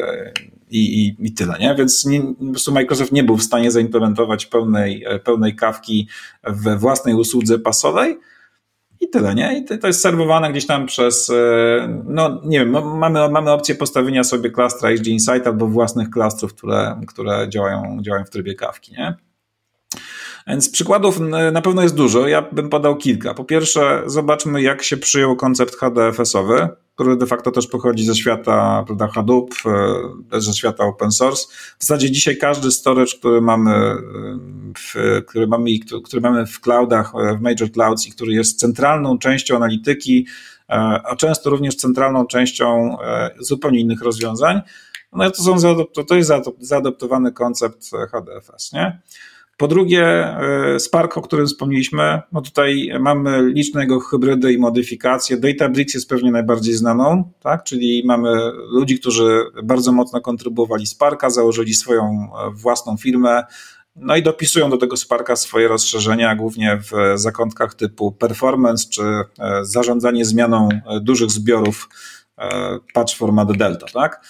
i, i, i tyle, nie? Więc nie, po prostu Microsoft nie był w stanie zaimplementować pełnej, pełnej Kafki we własnej usłudze pasowej. I tyle, nie? I to jest serwowane gdzieś tam przez, no nie wiem, mamy, mamy opcję postawienia sobie klastra H D Insight albo własnych klastrów, które, które działają, działają w trybie Kafki, nie? Więc przykładów na pewno jest dużo, ja bym podał kilka. Po pierwsze, zobaczmy, jak się przyjął koncept H D F S-owy, który de facto też pochodzi ze świata, prawda, Hadoop, też ze świata open source. W zasadzie dzisiaj każdy storage, który mamy w, który mamy, który mamy w cloudach, w major clouds i który jest centralną częścią analityki, a często również centralną częścią zupełnie innych rozwiązań, no to, są, to jest zaadoptowany koncept H D F S, nie? Po drugie, Spark, o którym wspomnieliśmy, no tutaj mamy liczne jego hybrydy i modyfikacje. Databricks jest pewnie najbardziej znaną, tak? Czyli mamy ludzi, którzy bardzo mocno kontrybuowali Sparka, założyli swoją własną firmę, no i dopisują do tego Sparka swoje rozszerzenia, głównie w zakątkach typu performance czy zarządzanie zmianą dużych zbiorów, patch format Delta, tak?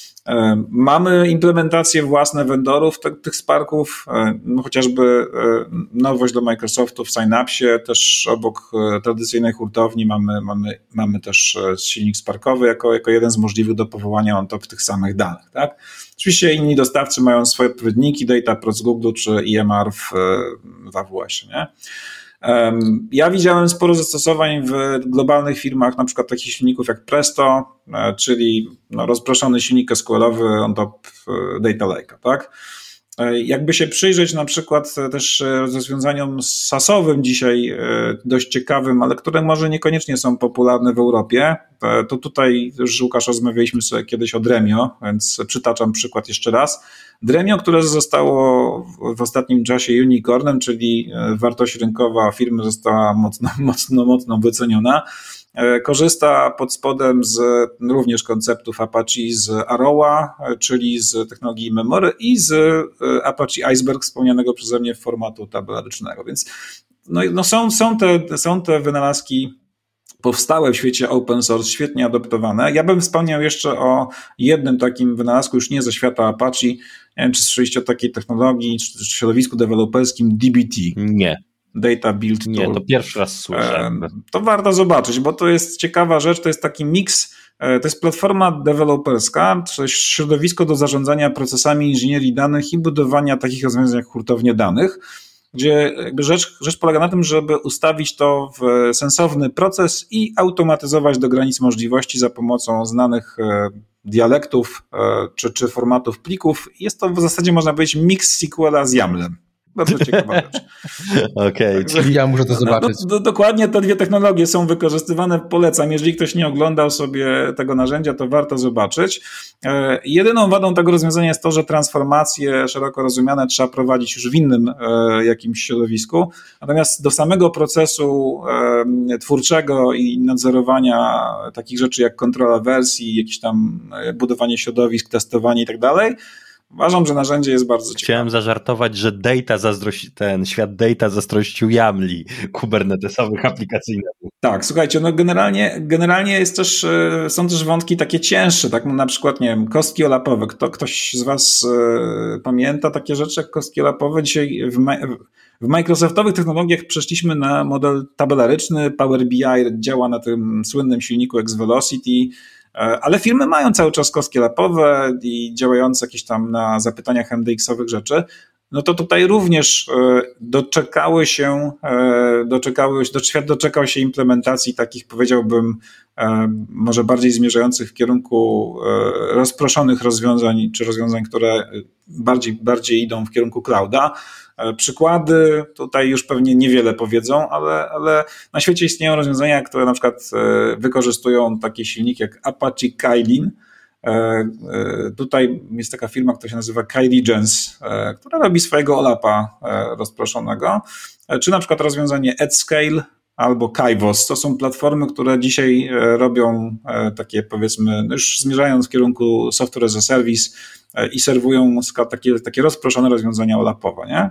Mamy implementacje własne vendorów te, tych Sparków, no chociażby nowość do Microsoftu w Synapsie, też obok tradycyjnej hurtowni mamy, mamy, mamy też silnik Sparkowy jako, jako jeden z możliwych do powołania on top tych samych danych, tak? Oczywiście inni dostawcy mają swoje odpowiedniki, Datapro z Google czy I M R w, w A W S-ie, nie? Ja widziałem sporo zastosowań w globalnych firmach, na przykład takich silników jak Presto, czyli no rozproszony silnik S Q L-owy on top Data Lake'a, tak? Jakby się przyjrzeć na przykład też rozwiązaniom sasowym dzisiaj dość ciekawym, ale które może niekoniecznie są popularne w Europie, to tutaj już Łukasz rozmawialiśmy sobie kiedyś o Dremio, więc przytaczam przykład jeszcze raz. Dremio, które zostało w ostatnim czasie unicornem, czyli wartość rynkowa firmy została mocno, mocno, mocno wyceniona, korzysta pod spodem z również konceptów Apache z Arrowa, czyli z technologii memory i z Apache Iceberg wspomnianego przeze mnie formatu tabelarycznego. Więc no, no są, są, te, są te wynalazki powstałe w świecie open source, świetnie adoptowane. Ja bym wspomniał jeszcze o jednym takim wynalazku, już nie ze świata Apache. Nie wiem, czy słyszeliście o takiej technologii, czy, czy środowisku deweloperskim D B T. Nie. Data Build Tool. Nie, to pierwszy raz słyszę. To warto zobaczyć, bo to jest ciekawa rzecz, to jest taki miks, to jest platforma deweloperska, to jest środowisko do zarządzania procesami inżynierii danych i budowania takich rozwiązań jak hurtownie danych, gdzie jakby rzecz, rzecz polega na tym, żeby ustawić to w sensowny proces i automatyzować do granic możliwości za pomocą znanych dialektów czy, czy formatów plików. Jest to w zasadzie, można powiedzieć, miks S Q L-a z YAML-em. Bardzo ciekawa rzecz. Okej, okay, ja muszę to zobaczyć. No, do, dokładnie te dwie technologie są wykorzystywane, polecam. Jeżeli ktoś nie oglądał sobie tego narzędzia, to warto zobaczyć. E, jedyną wadą tego rozwiązania jest to, że transformacje szeroko rozumiane trzeba prowadzić już w innym e, jakimś środowisku. Natomiast do samego procesu e, twórczego i nadzorowania takich rzeczy jak kontrola wersji, jakieś tam budowanie środowisk, testowanie i tak dalej, uważam, że narzędzie jest bardzo ciekawe. Chciałem zażartować, że data zazdrości, ten świat data zazdrościł YAML-i kubernetesowych aplikacyjnych. Tak, słuchajcie, no generalnie, generalnie jest też, są też wątki takie cięższe, tak, no na przykład, nie wiem, kostki olapowe. Kto, ktoś z was y, pamięta takie rzeczy jak kostki olapowe? Dzisiaj w, w Microsoftowych technologiach przeszliśmy na model tabelaryczny, Power B I działa na tym słynnym silniku X-Velocity, ale firmy mają cały czas kostki lapowe i działające jakieś tam na zapytaniach M D X-owych rzeczy. no to tutaj również doczekały się, doczekały, świat doczekał się implementacji takich, powiedziałbym, może bardziej zmierzających w kierunku rozproszonych rozwiązań, czy rozwiązań, które bardziej, bardziej idą w kierunku clouda. Przykłady tutaj już pewnie niewiele powiedzą, ale, ale na świecie istnieją rozwiązania, które na przykład wykorzystują taki silnik jak Apache Kylin. Tutaj jest taka firma, która się nazywa Kyligence, która robi swojego olapa rozproszonego, czy na przykład rozwiązanie AdScale albo Kivos. To są platformy, które dzisiaj robią takie, powiedzmy, już zmierzają w kierunku software as a service i serwują takie, takie rozproszone rozwiązania olapowe, nie?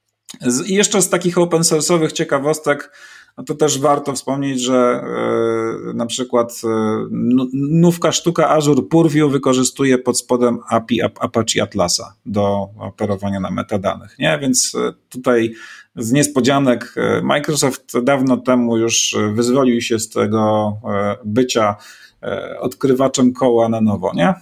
I jeszcze z takich open source'owych ciekawostek, no to też warto wspomnieć, że yy, na przykład yy, nówka sztuka Azure Purview wykorzystuje pod spodem A P I Apache Atlasa do operowania na metadanych, nie? Więc yy, tutaj z niespodzianek yy, Microsoft dawno temu już wyzwolił się z tego yy, bycia yy, odkrywaczem koła na nowo, nie?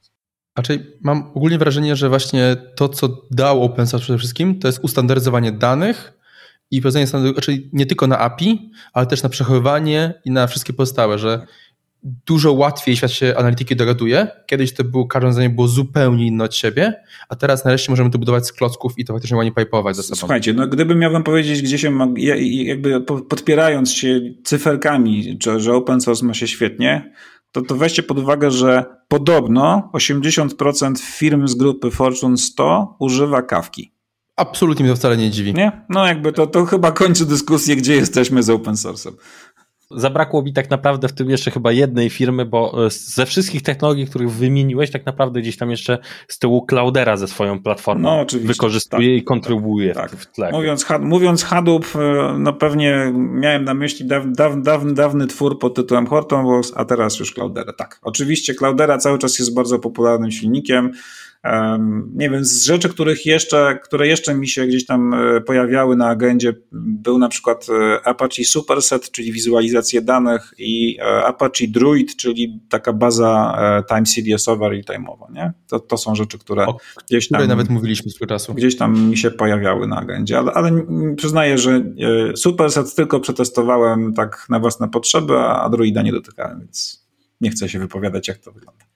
Raczej mam ogólnie wrażenie, że właśnie to, co dał open source przede wszystkim, to jest ustandaryzowanie danych i prowadzenie standardu, czyli nie tylko na A P I, ale też na przechowywanie i na wszystkie pozostałe, że dużo łatwiej świat się analityki dogaduje. Kiedyś to było, każde rozwiązanie było zupełnie inne od siebie, a teraz nareszcie możemy to budować z klocków i to faktycznie ładnie pipe'ować ze sobą. Słuchajcie, no gdybym miał wam powiedzieć, gdzie się, ma, jakby podpierając się cyferkami, że, że open source ma się świetnie, to, to weźcie pod uwagę, że podobno osiemdziesiąt procent firm z grupy Fortune sto używa Kafki. Absolutnie mnie to wcale nie dziwi. Nie? No jakby to, to chyba kończy dyskusję, gdzie jesteśmy z open source'em. Zabrakło mi tak naprawdę w tym jeszcze chyba jednej firmy, bo ze wszystkich technologii, których wymieniłeś, tak naprawdę gdzieś tam jeszcze z tyłu Cloudera ze swoją platformą no, oczywiście. wykorzystuje tak, i kontrybuje tak, w tle. Mówiąc, mówiąc Hadoop, no pewnie miałem na myśli daw, daw, dawny, dawny twór pod tytułem Hortonworks, a teraz już Cloudera. Tak, oczywiście Cloudera cały czas jest bardzo popularnym silnikiem. Um, nie wiem, z rzeczy, których jeszcze, które jeszcze mi się gdzieś tam pojawiały na agendzie, był na przykład Apache Superset, czyli wizualizacje danych, i Apache Druid, czyli taka baza time seriesowa, real-time'owa, nie? To, to są rzeczy, które o gdzieś tam... nawet mówiliśmy swego czasu. Gdzieś tam mi się pojawiały na agendzie, ale, ale przyznaję, że Superset tylko przetestowałem tak na własne potrzeby, a Druida nie dotykałem, więc nie chcę się wypowiadać, jak to wygląda.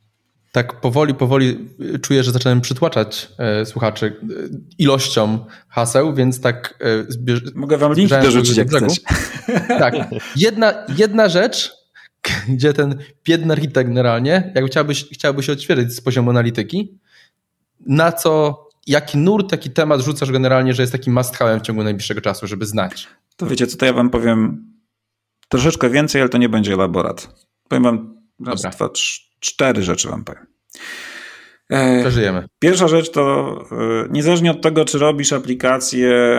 Tak powoli, powoli czuję, że zaczynam przytłaczać e, słuchaczy e, ilością haseł, więc tak... E, zbierz, Mogę wam linki dorzucić, jak chcesz. Tak. Jedna, jedna rzecz, gdzie ten biedny architekt generalnie, jak chciałbyś, chciałby się odświeżyć z poziomu analityki, na co, jaki nurt, taki temat rzucasz generalnie, że jest takim must-have'em w ciągu najbliższego czasu, żeby znać. To wiecie co, to ja wam powiem troszeczkę więcej, ale to nie będzie elaborat. Powiem wam raz, Dobra. dwa, trzy, cztery rzeczy wam powiem. Przeżyjemy. Pierwsza rzecz to niezależnie od tego, czy robisz aplikację,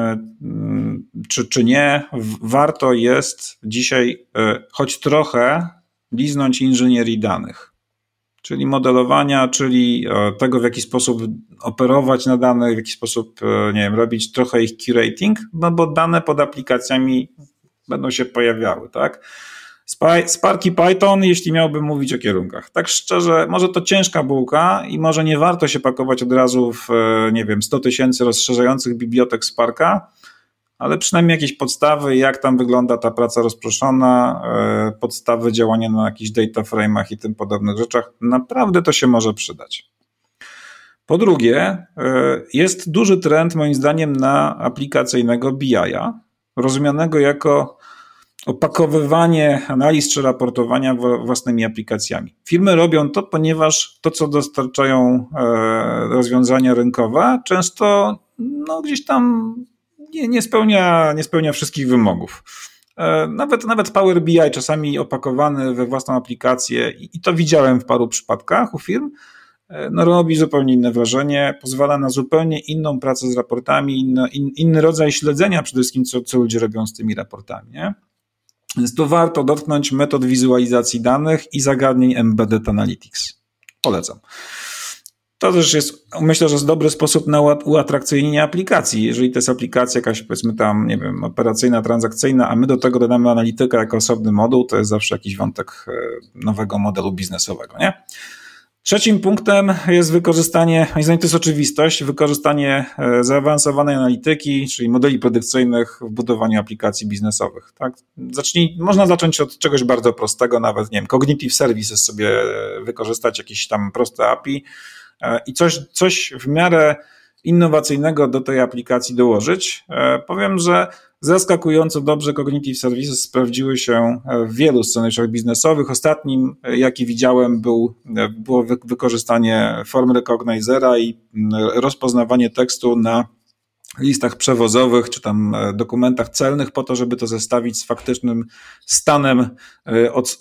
czy, czy nie, warto jest dzisiaj choć trochę liznąć inżynierii danych. Czyli modelowania, czyli tego, w jaki sposób operować na danych, w jaki sposób, nie wiem, robić trochę ich curating, no bo dane pod aplikacjami będą się pojawiały, tak? Spark i Python, jeśli miałbym mówić o kierunkach. Tak szczerze, może to ciężka bułka i może nie warto się pakować od razu w, nie wiem, sto tysięcy rozszerzających bibliotek Sparka, ale przynajmniej jakieś podstawy, jak tam wygląda ta praca rozproszona, podstawy działania na jakichś data frame'ach i tym podobnych rzeczach, naprawdę to się może przydać. Po drugie, jest duży trend moim zdaniem na aplikacyjnego B I-a, rozumianego jako opakowywanie analiz czy raportowania własnymi aplikacjami. Firmy robią to, ponieważ to, co dostarczają rozwiązania rynkowe, często no, gdzieś tam nie, nie, spełnia, nie spełnia wszystkich wymogów. Nawet, nawet Power B I czasami opakowany we własną aplikację, i to widziałem w paru przypadkach u firm, no, robi zupełnie inne wrażenie, pozwala na zupełnie inną pracę z raportami, inny, in, inny rodzaj śledzenia przede wszystkim, co, co ludzie robią z tymi raportami, nie? Więc tu warto dotknąć metod wizualizacji danych i zagadnień Embedded Analytics. Polecam. To też jest, myślę, że jest dobry sposób na uatrakcyjnienie aplikacji. Jeżeli to jest aplikacja jakaś, powiedzmy tam, nie wiem, operacyjna, transakcyjna, a my do tego dodamy analitykę jako osobny moduł, to jest zawsze jakiś wątek nowego modelu biznesowego, nie? Trzecim punktem jest wykorzystanie, moim zdaniem to jest oczywistość, wykorzystanie zaawansowanej analityki, czyli modeli predykcyjnych w budowaniu aplikacji biznesowych. Tak? Zacznij, można zacząć od czegoś bardzo prostego, nawet nie wiem, Cognitive Services sobie wykorzystać, jakieś tam proste A P I i coś, coś w miarę innowacyjnego do tej aplikacji dołożyć. Powiem, że zaskakująco dobrze Cognitive Services sprawdziły się w wielu scenariuszach biznesowych. Ostatnim, jaki widziałem, był, było wykorzystanie form recognizera i rozpoznawanie tekstu na listach przewozowych czy tam dokumentach celnych po to, żeby to zestawić z faktycznym stanem od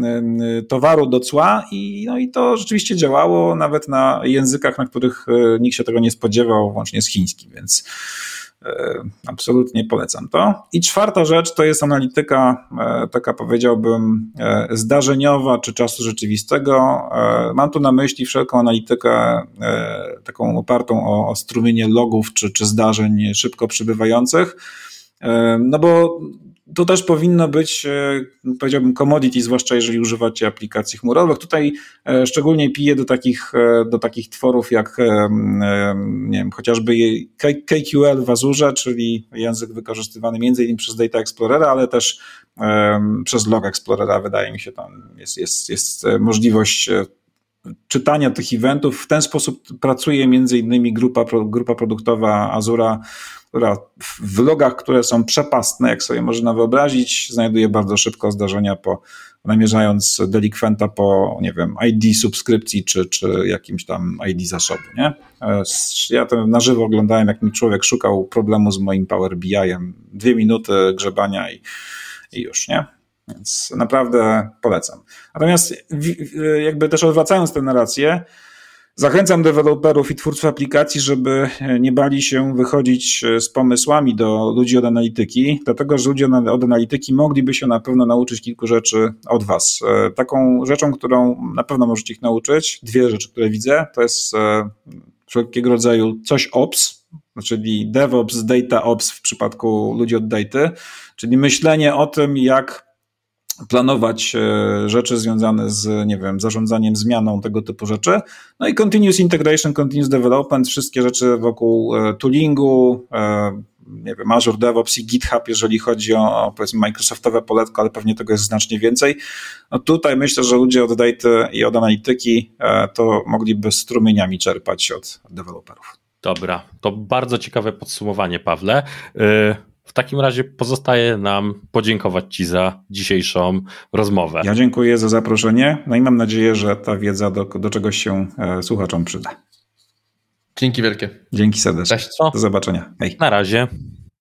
towaru do cła i, no i to rzeczywiście działało nawet na językach, na których nikt się tego nie spodziewał, włącznie z chińskim, więc absolutnie polecam to. I czwarta rzecz to jest analityka taka, powiedziałbym, zdarzeniowa czy czasu rzeczywistego. Mam tu na myśli wszelką analitykę taką opartą o, o strumienie logów czy, czy zdarzeń szybko przybywających, no bo to też powinno być, powiedziałbym, commodity, zwłaszcza jeżeli używacie aplikacji chmurowych. Tutaj szczególnie piję do takich, do takich tworów jak, nie wiem, chociażby K Q L w Azurze, czyli język wykorzystywany między innymi przez Data Explorera, ale też przez Log Explorera, wydaje mi się, tam jest, jest, jest możliwość czytania tych eventów. W ten sposób pracuje między innymi grupa, grupa produktowa Azura, która w logach, które są przepastne, jak sobie można wyobrazić, znajduje bardzo szybko zdarzenia, po, namierzając delikwenta po, nie wiem, I D subskrypcji czy, czy jakimś tam I D zasobu, nie? Ja to na żywo oglądałem, jak mi człowiek szukał problemu z moim Power B I-em. Dwie minuty grzebania i, i już, nie? Więc naprawdę polecam. Natomiast jakby też odwracając tę narrację, zachęcam deweloperów i twórców aplikacji, żeby nie bali się wychodzić z pomysłami do ludzi od analityki, dlatego że ludzie od analityki mogliby się na pewno nauczyć kilku rzeczy od was. Taką rzeczą, którą na pewno możecie ich nauczyć, dwie rzeczy, które widzę, to jest wszelkiego rodzaju coś ops, czyli DevOps, Data Ops w przypadku ludzi od daty, czyli myślenie o tym, jak planować rzeczy związane z, nie wiem, zarządzaniem zmianą, tego typu rzeczy. No i continuous integration, continuous development, wszystkie rzeczy wokół toolingu, nie wiem, Azure DevOps i GitHub, jeżeli chodzi o, powiedzmy, Microsoftowe poletko, ale pewnie tego jest znacznie więcej. No tutaj myślę, że ludzie od data i od analityki to mogliby strumieniami czerpać od deweloperów. Dobra, to bardzo ciekawe podsumowanie, Pawle. W takim razie pozostaje nam podziękować Ci za dzisiejszą rozmowę. Ja dziękuję za zaproszenie, no i mam nadzieję, że ta wiedza do, do czegoś się słuchaczom przyda. Dzięki wielkie. Dzięki serdecznie. Cześć. Do zobaczenia. Hej. Na razie.